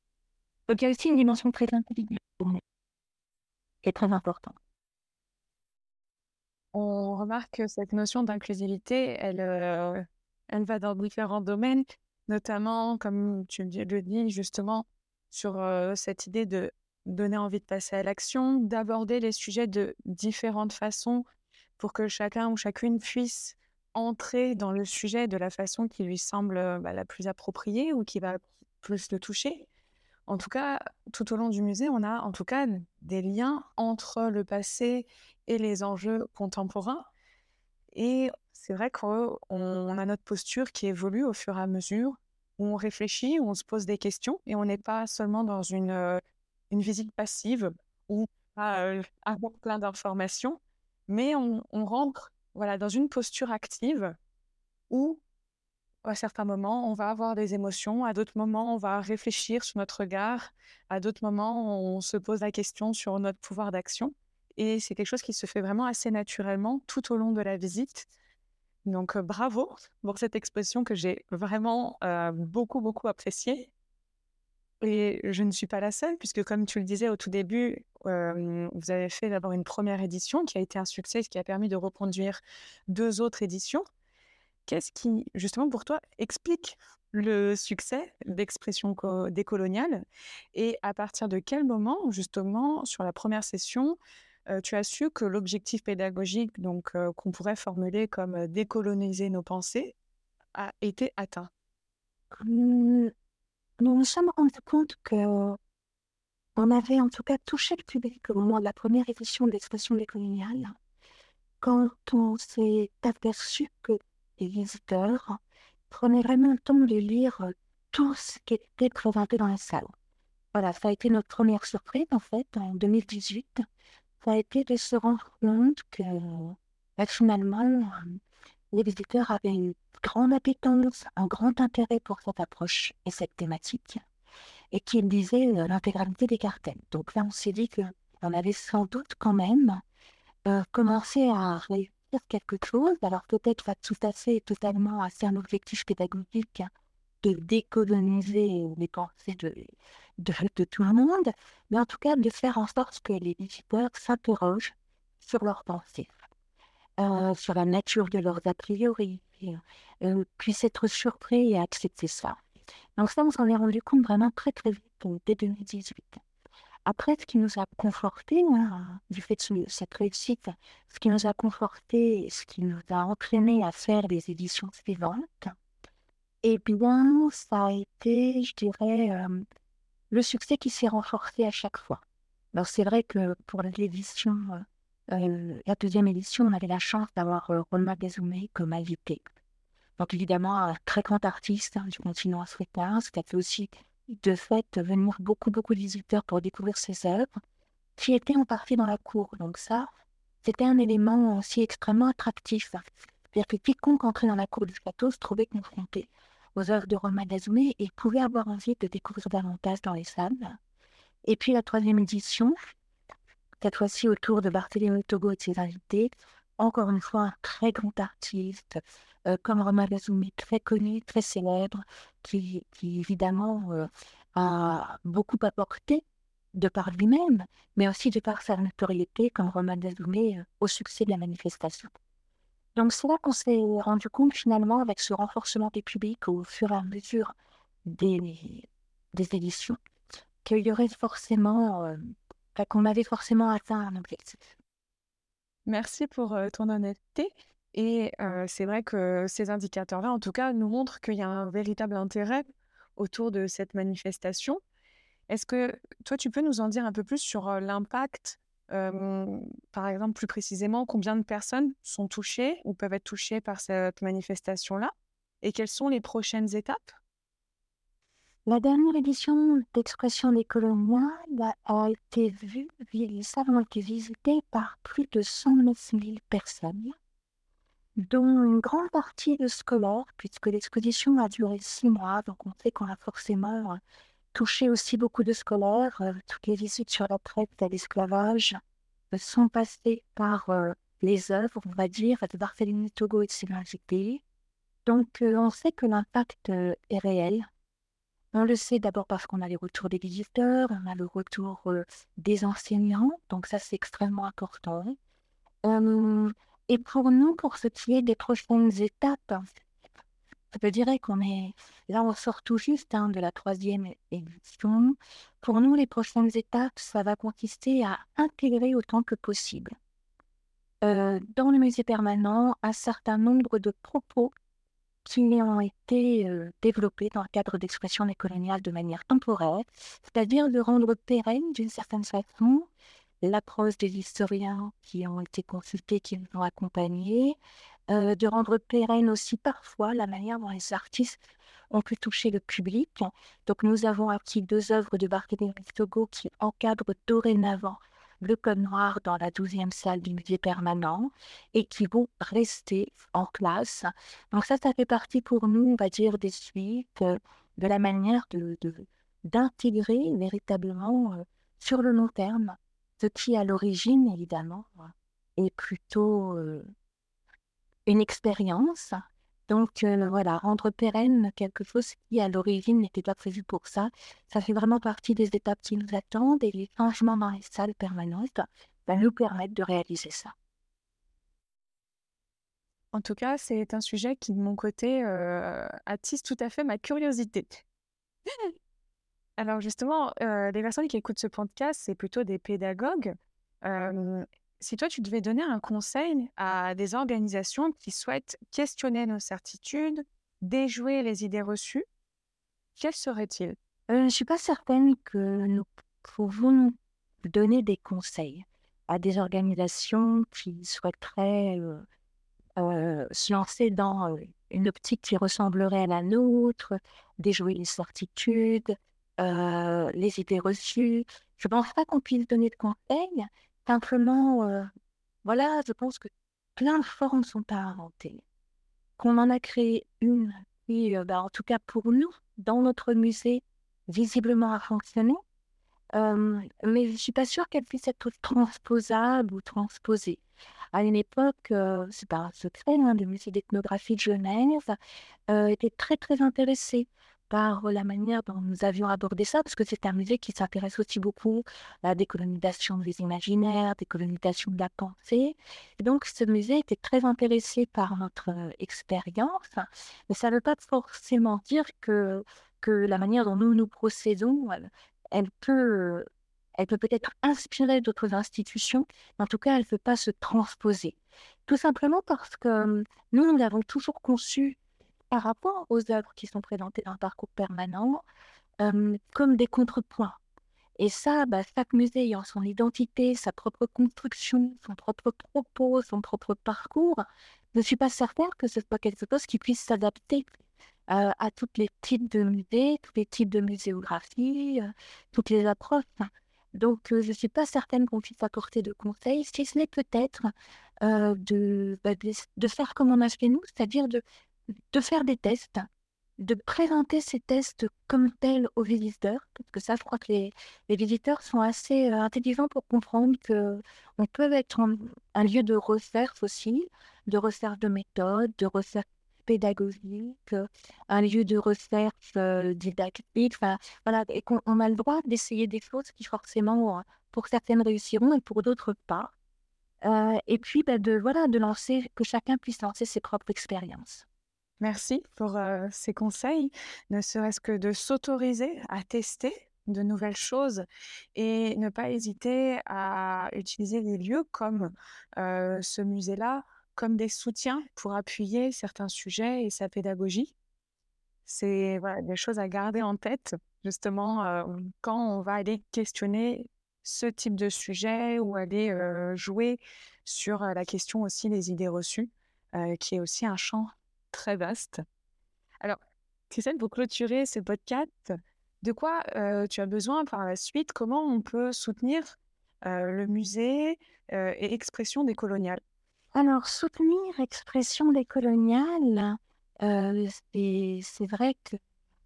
Donc, il y a aussi une dimension très intelligente pour nous, qui est très importante.
On remarque que cette notion d'inclusivité, elle, euh, elle va dans différents domaines, notamment, comme tu le le dis justement, sur euh, cette idée de donner envie de passer à l'action, d'aborder les sujets de différentes façons pour que chacun ou chacune puisse entrer dans le sujet de la façon qui lui semble euh, bah, la plus appropriée ou qui va plus le toucher. En tout cas, tout au long du musée, on a en tout cas des liens entre le passé et les enjeux contemporains. Et c'est vrai qu'on on a notre posture qui évolue au fur et à mesure, où on réfléchit, où on se pose des questions, et on n'est pas seulement dans une, euh, une visite passive où on va euh, avoir plein d'informations, mais on, on rentre voilà, dans une posture active où à certains moments, on va avoir des émotions, à d'autres moments, on va réfléchir sur notre regard, à d'autres moments, on se pose la question sur notre pouvoir d'action. Et c'est quelque chose qui se fait vraiment assez naturellement tout au long de la visite. Donc, euh, bravo pour cette exposition que j'ai vraiment euh, beaucoup, beaucoup appréciée. Et je ne suis pas la seule, puisque comme tu le disais au tout début, euh, vous avez fait d'abord une première édition qui a été un succès, ce qui a permis de reconduire deux autres éditions. Qu'est-ce qui, justement, pour toi, explique le succès d'Expression co- décoloniale et à partir de quel moment, justement, sur la première session, euh, tu as su que l'objectif pédagogique donc, euh, qu'on pourrait formuler comme euh, décoloniser nos pensées a été atteint?
Hum, Nous nous sommes rendus compte que on avait en tout cas touché le public au moment de la première édition de l'expression décoloniale, quand on s'est aperçu que les visiteurs prenaient vraiment le temps de lire euh, tout ce qui était présenté dans la salle. Voilà, ça a été notre première surprise en fait en deux mille dix-huit. Ça a été de se rendre compte que bah, finalement, euh, les visiteurs avaient une grande appétence, un grand intérêt pour cette approche et cette thématique, et qu'ils lisaient euh, l'intégralité des cartels. Donc là, on s'est dit qu'on avait sans doute quand même euh, commencé à réussir quelque chose. Alors peut-être pas tout à fait, totalement à c'est un objectif pédagogique hein, de décoloniser les pensées de, de, de tout le monde, mais en tout cas de faire en sorte que les visiteurs s'interrogent sur leurs pensées, euh, sur la nature de leurs a priori, et, euh, puissent être surpris et accepter ça. Donc ça, on s'en est rendu compte vraiment très très vite, donc, dès deux mille dix-huit. Après, ce qui nous a conforté, hein, du fait de ce- cette réussite, ce qui nous a conforté, ce qui nous a entraîné à faire les éditions suivantes, eh bien, ça a été, je dirais, euh, le succès qui s'est renforcé à chaque fois. Alors, c'est vrai que pour l'édition, euh, euh, la deuxième édition, on avait la chance d'avoir euh, Roma Gazoumé comme invité. Donc, évidemment, un très grand artiste hein, du continent africain, ce qui a fait aussi, de fait, venir beaucoup, beaucoup de visiteurs pour découvrir ses œuvres, qui étaient en partie dans la cour. Donc, ça, c'était un élément aussi extrêmement attractif. C'est-à-dire que quiconque entrait dans la cour du château se trouvait confronté aux œuvres de Roma Dazoumé et pouvait avoir envie de découvrir davantage dans les salles. Et puis la troisième édition, cette fois-ci autour de Barthélémy Togo et de ses invités, encore une fois un très grand artiste, euh, comme Roma Dazoumé, très connu, très célèbre, qui, qui évidemment euh, a beaucoup apporté de par lui-même, mais aussi de par sa notoriété comme Roma Dazoumé euh, au succès de la manifestation. Donc c'est là qu'on s'est rendu compte finalement avec ce renforcement des publics au fur et à mesure des, des éditions qu'il y aurait forcément, euh, enfin, qu'on avait forcément atteint un objectif.
Merci pour euh, ton honnêteté. Et euh, c'est vrai que ces indicateurs-là, en tout cas, nous montrent qu'il y a un véritable intérêt autour de cette manifestation. Est-ce que toi, tu peux nous en dire un peu plus sur euh, l'impact, euh, par exemple, plus précisément, combien de personnes sont touchées ou peuvent être touchées par cette manifestation-là? Et quelles sont les prochaines étapes?
La dernière édition d'Expression décoloniale a été vue, les salles ont été visitées par plus de cent neuf mille personnes, dont une grande partie de scolaires, puisque l'exposition a duré six mois, donc on sait qu'on a forcément euh, touché aussi beaucoup de scolaires. Euh, toutes les visites sur la traite à l'esclavage euh, sont passées par euh, les œuvres, on va dire, de Barthélémy Togo et de ses invités. Donc euh, on sait que l'impact euh, est réel. On le sait d'abord parce qu'on a les retours des visiteurs, on a le retour euh, des enseignants, donc ça c'est extrêmement important. Euh, et pour nous, pour ce qui est des prochaines étapes, je dirais qu'on est là, on sort tout juste hein, de la troisième édition. Pour nous, les prochaines étapes, ça va consister à intégrer autant que possible euh, dans le musée permanent un certain nombre de propos qui ont été euh, développés dans le cadre d'expression décoloniale de manière temporaire, c'est-à-dire de rendre pérenne d'une certaine façon l'approche des historiens qui ont été consultés, qui nous ont accompagnés, euh, de rendre pérenne aussi parfois la manière dont les artistes ont pu toucher le public. Donc nous avons acquis deux œuvres de Barthélémy Togo qui encadrent dorénavant le code noir dans la douzième salle du musée permanent et qui vont rester en classe. Donc ça, ça fait partie pour nous, on va dire, des suites, euh, de la manière de, de- d'intégrer véritablement euh, sur le long terme ce qui, à l'origine, évidemment, est plutôt euh, une expérience. Donc euh, voilà, rendre pérenne quelque chose qui, à l'origine, n'était pas prévu pour ça. Ça fait vraiment partie des étapes qui nous attendent et les changements dans les salles permanentes va nous permettre de réaliser ça.
En tout cas, c'est un sujet qui, de mon côté, euh, attise tout à fait ma curiosité. Alors justement, euh, les personnes qui écoutent ce podcast, c'est plutôt des pédagogues. Euh, si toi, tu devais donner un conseil à des organisations qui souhaitent questionner nos certitudes, déjouer les idées reçues, quel serait-il?
Euh, je ne suis pas certaine que nous pouvons donner des conseils à des organisations qui souhaiteraient euh, euh, se lancer dans euh, une optique qui ressemblerait à la nôtre, déjouer les certitudes, euh, les idées reçues. Je ne pense pas qu'on puisse donner de conseils. Simplement, euh, voilà, je pense que plein de formes sont à inventer. qu'on en a créé une qui, heu, bah, en tout cas pour nous, dans notre musée, visiblement a fonctionné. Hem, mais je ne suis pas sûre qu'elle puisse être transposable ou transposée. À une époque, heu, c'est pas un secret, hein, le musée d'ethnographie de Genève, heu, était très, très intéressé par la manière dont nous avions abordé ça, parce que c'est un musée qui s'intéresse aussi beaucoup à la décolonisation des imaginaires, décolonisation de la pensée. Et donc ce musée était très intéressé par notre, heu, expérience, mais ça ne veut pas forcément dire que que la manière dont nous, nous procédons, elle elle peut, elle peut peut-être inspirer d'autres institutions, mais en tout cas, elle ne peut pas se transposer. Tout simplement parce que, hem, nous, nous l'avons toujours conçu par rapport aux œuvres qui sont présentées dans le parcours permanent, hem, comme des contrepoints. Et ça, bah, chaque musée ayant son identité, sa propre construction, son propre propos, son propre parcours, je ne suis pas certaine que ce soit quelque chose qui puisse s'adapter, heu, à tous les types de musées, tous les types de muséographie, heu, toutes les approches. Donc heu, je ne suis pas certaine qu'on puisse apporter de conseils, si ce n'est peut-être, heu, de, bah, de de faire comme on a fait nous, c'est-à-dire de de faire des tests, de présenter ces tests comme tels aux visiteurs, parce que ça, je crois que les les visiteurs sont assez, heu, intelligents pour comprendre qu'on peut être un un lieu de recherche aussi, de recherche de méthodes, de recherche pédagogique, heu, un lieu de recherche, heu, didactique, enfin, voilà, et qu'on on a le droit d'essayer des choses qui forcément, heu, pour certaines réussiront et pour d'autres pas. Heu et puis, bah, de voilà, de lancer que chacun puisse lancer ses propres expériences.
Merci pour, heu, ces conseils, ne serait-ce que de s'autoriser à tester de nouvelles choses et ne pas hésiter à utiliser des lieux comme, heu, ce musée-là, comme des soutiens pour appuyer certains sujets et sa pédagogie. C'est voilà, des choses à garder en tête, justement, heu, quand on va aller questionner ce type de sujet ou aller, heu, jouer sur, heu, la question aussi des idées reçues, heu, qui est aussi un champ très vaste. Alors, Christelle, pour clôturer ce podcast, de quoi, heu, tu as besoin par la suite? Comment on peut soutenir, heu, le musée, heu, et Expressions décoloniales?
Alors, soutenir Expression décoloniale, heu, c'est c'est vrai que,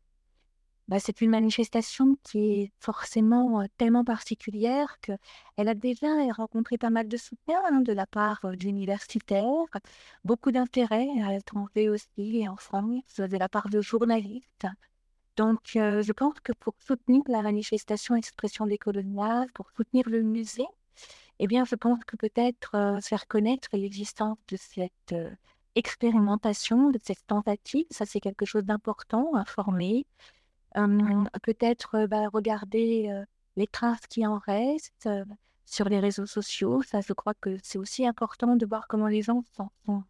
bah, c'est une manifestation qui est forcément, heu, tellement particulière qu'elle a déjà rencontré pas mal de soutien, hein, de la part, heu, d'universitaires, beaucoup d'intérêt à l'étranger aussi et en France, de la part de journalistes. Donc, heu, je pense que pour soutenir la manifestation Expression décoloniale, pour soutenir le musée, eh bien, je pense que peut-être, heu, faire connaître l'existence de cette, heu, expérimentation, de cette tentative, ça c'est quelque chose d'important, informer. Hem, peut-être, heu, bah, regarder, heu, les traces qui en restent, heu, sur les réseaux sociaux. Ça, je crois que c'est aussi important de voir comment les gens s'en sont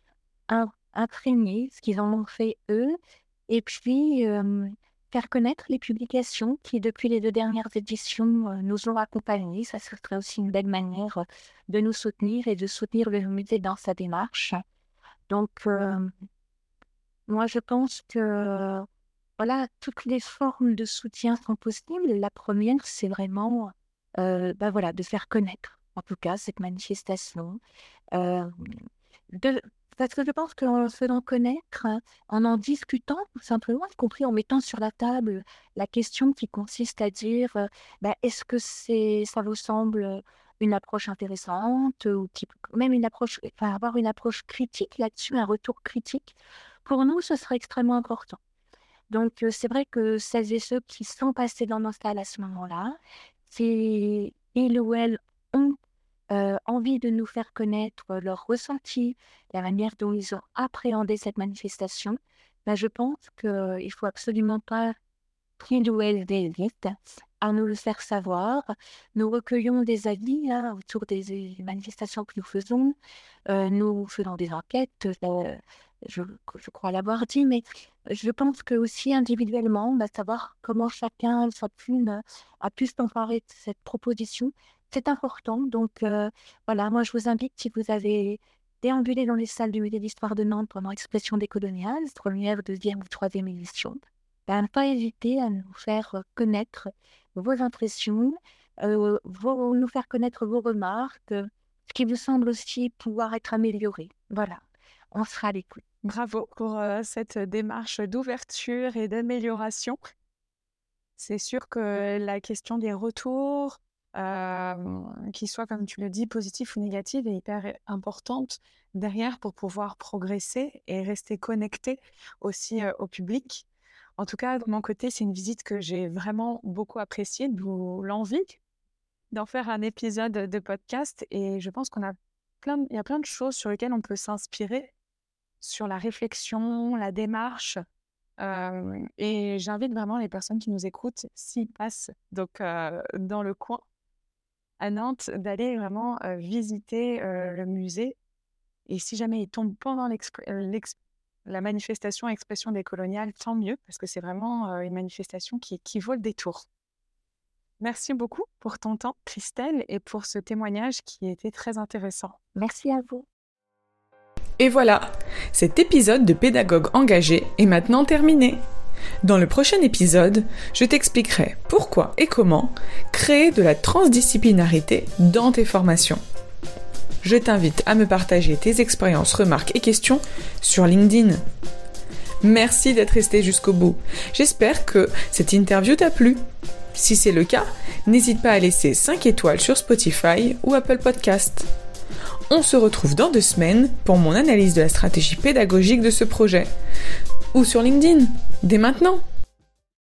im imprégnés, ce qu'ils en ont fait eux. Et puis, hem, faire connaître les publications qui, depuis les deux dernières éditions, heu, nous ont accompagnés. Ça, ce serait aussi une belle manière, heu, de nous soutenir et de soutenir le musée dans sa démarche. Donc, hem, moi, je pense que, voilà, toutes les formes de soutien sont possibles. La première, c'est vraiment, heu, bah, voilà, de faire connaître, en tout cas, cette manifestation. Hem, de Parce que je pense qu'en se faisant connaître, hein, en en discutant tout simplement, y compris en mettant sur la table la question qui consiste à dire, heu: «Bah, est-ce que c'est ça vous semble, heu, une approche intéressante?» ou qui même une approche, enfin, avoir une approche critique là-dessus, un retour critique. Pour nous, ce serait extrêmement important. Donc heu, c'est vrai que celles et ceux qui sont passés dans nos salles à ce moment-là, si ils ou elles ont, heu, envie de nous faire connaître leur ressenti, la manière dont ils ont appréhendé cette manifestation, bah, je pense qu'il faut absolument pas qu'il ou elle hésite à nous le faire savoir. Nous recueillons des avis, hein, autour des manifestations que nous faisons. Heu, nous faisons des enquêtes, heu, je je crois l'avoir dit, mais je pense qu'aussi individuellement, bah, savoir comment chacun, chacune, a pu s'emparer de cette proposition, c'est important. Donc heu, voilà, moi je vous invite, si vous avez déambulé dans les salles du musée d'histoire de Nantes pendant Expression décoloniale, première, deuxième ou troisième édition, bah, à ne pas hésiter à nous faire, heu, connaître vos impressions, heu, vos nous faire connaître vos remarques, heu, ce qui vous semble aussi pouvoir être amélioré. Voilà, on sera à l'écoute.
Bravo pour euh, cette démarche d'ouverture et d'amélioration. C'est sûr que la question des retours, euh, qu'ils soient, comme tu le dis, positifs ou négatifs, est hyper importante derrière pour pouvoir progresser et rester connecté aussi euh, au public. En tout cas, de mon côté, c'est une visite que j'ai vraiment beaucoup appréciée, d'où l'envie d'en faire un épisode de podcast. Et je pense qu'on a plein de- il y a plein de choses sur lesquelles on peut s'inspirer sur la réflexion, la démarche. Euh, et j'invite vraiment les personnes qui nous écoutent, s'ils passent donc, euh, dans le coin à Nantes, d'aller vraiment euh, visiter euh, le musée. Et si jamais ils tombent pendant l'exp- euh, l'ex- la manifestation Expression décoloniale, tant mieux, parce que c'est vraiment euh, une manifestation qui, qui vaut le détour. Merci beaucoup pour ton temps, Christelle, et pour ce témoignage qui était très intéressant.
Merci à vous.
Et voilà, cet épisode de Pédagogue engagé est maintenant terminé. Dans le prochain épisode, je t'expliquerai pourquoi et comment créer de la transdisciplinarité dans tes formations. Je t'invite à me partager tes expériences, remarques et questions sur LinkedIn. Merci d'être resté jusqu'au bout. J'espère que cette interview t'a plu. Si c'est le cas, n'hésite pas à laisser cinq étoiles sur Spotify ou Apple Podcast. On se retrouve dans deux semaines pour mon analyse de la stratégie pédagogique de ce projet. Ou sur LinkedIn, dès maintenant.